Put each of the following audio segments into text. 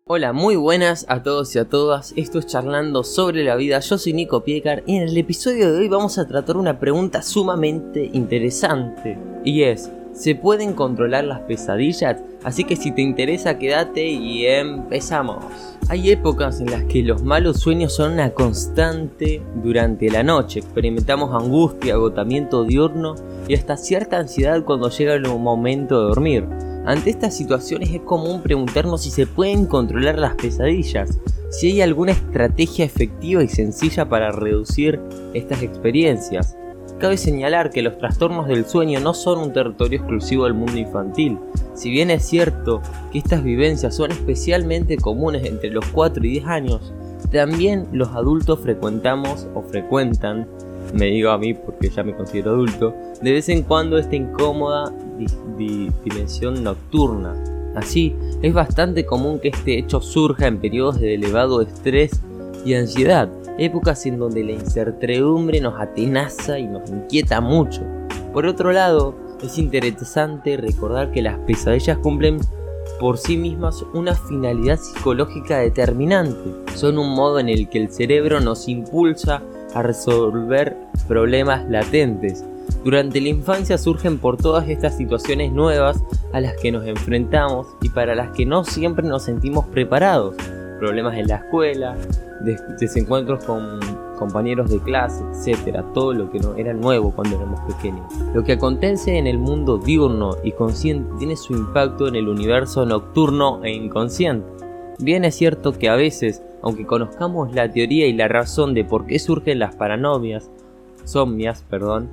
Hola, muy buenas a todos y a todas, esto es Charlando sobre la vida, yo soy Nico Piecar y en el episodio de hoy vamos a tratar una pregunta sumamente interesante y es, ¿se pueden controlar las pesadillas? Así que si te interesa quédate y empezamos. Hay épocas en las que los malos sueños son una constante durante la noche, experimentamos angustia, agotamiento diurno y hasta cierta ansiedad cuando llega el momento de dormir. Ante estas situaciones es común preguntarnos si se pueden controlar las pesadillas, si hay alguna estrategia efectiva y sencilla para reducir estas experiencias. Cabe señalar que los trastornos del sueño no son un territorio exclusivo del mundo infantil. Si bien es cierto que estas vivencias son especialmente comunes entre los 4 y 10 años, también los adultos frecuentan, me digo a mí porque ya me considero adulto, de vez en cuando esta incómoda dimensión nocturna. Así, es bastante común que este hecho surja en periodos de elevado estrés y ansiedad, épocas en donde la incertidumbre nos atenaza y nos inquieta mucho. Por otro lado, es interesante recordar que las pesadillas cumplen por sí mismas una finalidad psicológica determinante. Son un modo en el que el cerebro nos impulsa a resolver problemas latentes. Durante la infancia surgen por todas estas situaciones nuevas a las que nos enfrentamos y para las que no siempre nos sentimos preparados. Problemas en la escuela, desencuentros con compañeros de clase, etc. Todo lo que no era nuevo cuando éramos pequeños. Lo que acontece en el mundo diurno y consciente tiene su impacto en el universo nocturno e inconsciente. Bien es cierto que a veces, aunque conozcamos la teoría y la razón de por qué surgen las somnias,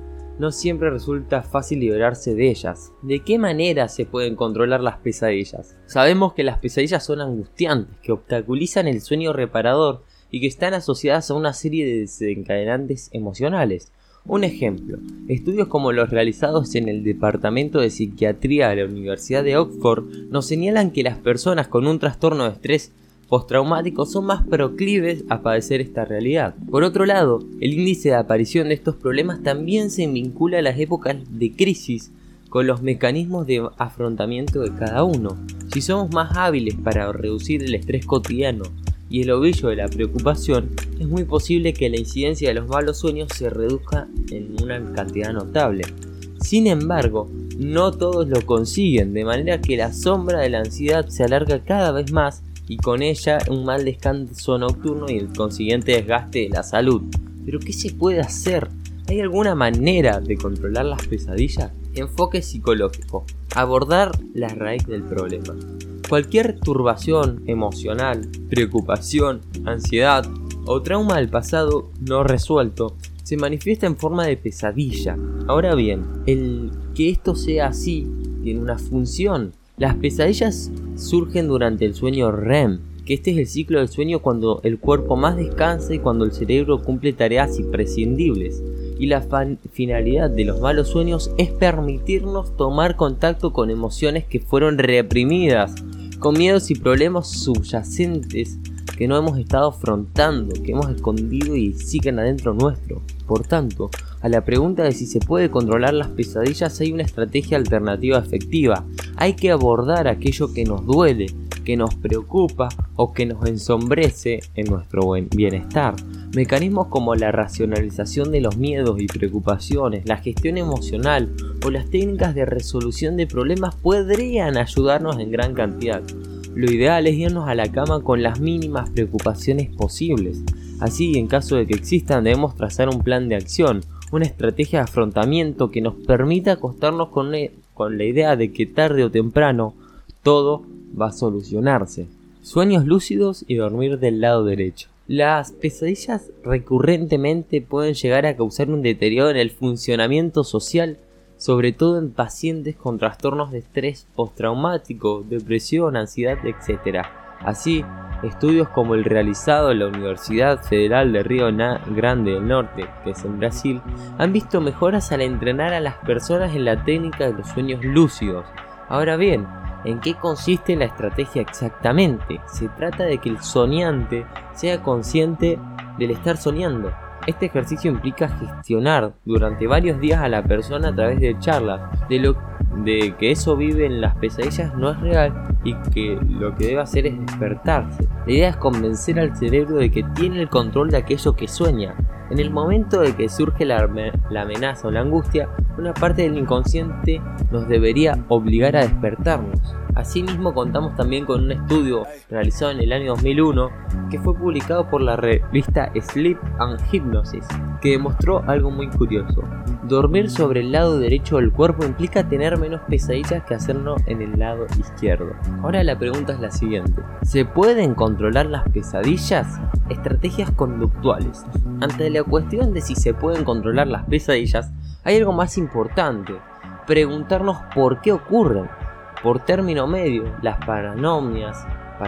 no siempre resulta fácil liberarse de ellas. ¿De qué manera se pueden controlar las pesadillas? Sabemos que las pesadillas son angustiantes, que obstaculizan el sueño reparador y que están asociadas a una serie de desencadenantes emocionales. Un ejemplo, estudios como los realizados en el Departamento de Psiquiatría de la Universidad de Oxford nos señalan que las personas con un trastorno de estrés postraumático son más proclives a padecer esta realidad. Por otro lado, el índice de aparición de estos problemas también se vincula a las épocas de crisis con los mecanismos de afrontamiento de cada uno. Si somos más hábiles para reducir el estrés cotidiano y el ovillo de la preocupación, es muy posible que la incidencia de los malos sueños se reduzca en una cantidad notable. Sin embargo, no todos lo consiguen, de manera que la sombra de la ansiedad se alarga cada vez más y con ella un mal descanso nocturno y el consiguiente desgaste de la salud. ¿Pero qué se puede hacer? ¿Hay alguna manera de controlar las pesadillas? Enfoque psicológico. Abordar la raíz del problema. Cualquier turbación emocional, preocupación, ansiedad o trauma del pasado no resuelto se manifiesta en forma de pesadilla. Ahora bien, el que esto sea así tiene una función. Las pesadillas surgen durante el sueño REM, que este es el ciclo del sueño cuando el cuerpo más descansa y cuando el cerebro cumple tareas imprescindibles. Y la finalidad de los malos sueños es permitirnos tomar contacto con emociones que fueron reprimidas, con miedos y problemas subyacentes que no hemos estado afrontando, que hemos escondido y siguen adentro nuestro. Por tanto, a la pregunta de si se puede controlar las pesadillas hay una estrategia alternativa efectiva. Hay que abordar aquello que nos duele, que nos preocupa o que nos ensombrece en nuestro bienestar. Mecanismos como la racionalización de los miedos y preocupaciones, la gestión emocional o las técnicas de resolución de problemas podrían ayudarnos en gran cantidad. Lo ideal es irnos a la cama con las mínimas preocupaciones posibles. Así, en caso de que existan, debemos trazar un plan de acción, una estrategia de afrontamiento que nos permita acostarnos con la idea de que tarde o temprano todo va a solucionarse. Sueños lúcidos y dormir del lado derecho. Las pesadillas recurrentemente pueden llegar a causar un deterioro en el funcionamiento social, sobre todo en pacientes con trastornos de estrés postraumático, depresión, ansiedad, etc. Así, estudios como el realizado en la Universidad Federal de Río Grande del Norte, que es en Brasil, han visto mejoras al entrenar a las personas en la técnica de los sueños lúcidos. Ahora bien, ¿en qué consiste la estrategia exactamente? Se trata de que el soñante sea consciente del estar soñando. Este ejercicio implica gestionar durante varios días a la persona a través de charlas, de que eso vive en las pesadillas no es real y que lo que debe hacer es despertarse. La idea es convencer al cerebro de que tiene el control de aquello que sueña. En el momento de que surge la amenaza o la angustia, una parte del inconsciente nos debería obligar a despertarnos. Asimismo, contamos también con un estudio realizado en el año 2001 que fue publicado por la revista Sleep and Hypnosis, que demostró algo muy curioso. Dormir sobre el lado derecho del cuerpo implica tener menos pesadillas que hacerlo en el lado izquierdo. Ahora la pregunta es la siguiente: ¿se pueden controlar las pesadillas? Estrategias conductuales. Ante la cuestión de si se pueden controlar las pesadillas, hay algo más importante: preguntarnos por qué ocurren. Por término medio, las parasomnias,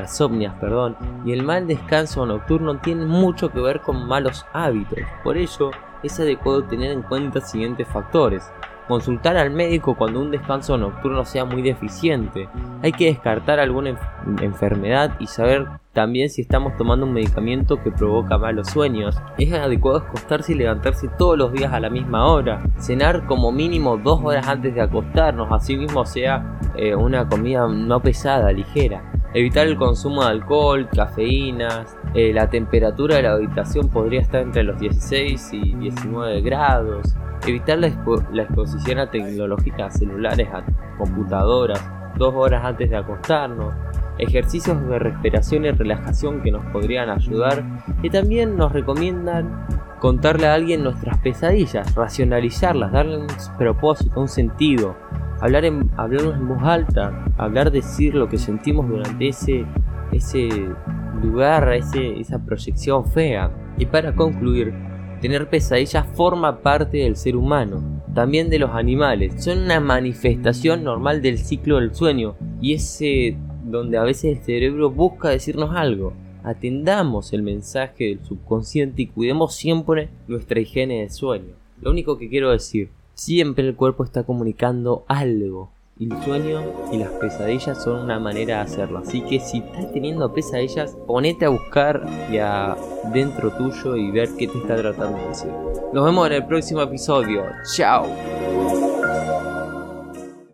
y el mal descanso nocturno tienen mucho que ver con malos hábitos. Por ello, es adecuado tener en cuenta siguientes factores. Consultar al médico cuando un descanso nocturno sea muy deficiente. Hay que descartar alguna enfermedad y saber también si estamos tomando un medicamento que provoca malos sueños. Es adecuado acostarse y levantarse todos los días a la misma hora. Cenar como mínimo 2 horas antes de acostarnos, asimismo sea una comida no pesada, ligera. Evitar el consumo de alcohol, cafeínas. La temperatura de la habitación podría estar entre los 16 y 19 grados. Evitar la exposición a tecnologías celulares, a computadoras, 2 horas antes de acostarnos. Ejercicios de respiración y relajación que nos podrían ayudar. Y también nos recomiendan contarle a alguien nuestras pesadillas, racionalizarlas, darle un propósito, un sentido. Hablarnos en voz alta, decir lo que sentimos durante ese lugar, esa proyección fea. Y para concluir, tener pesadillas forma parte del ser humano, también de los animales. Son una manifestación normal del ciclo del sueño y es donde a veces el cerebro busca decirnos algo. Atendamos el mensaje del subconsciente y cuidemos siempre nuestra higiene de sueño. Lo único que quiero decir: siempre el cuerpo está comunicando algo, y el sueño y las pesadillas son una manera de hacerlo. Así que si estás teniendo pesadillas, ponete a buscar dentro tuyo y ver qué te está tratando de decir. Nos vemos en el próximo episodio. ¡Chao!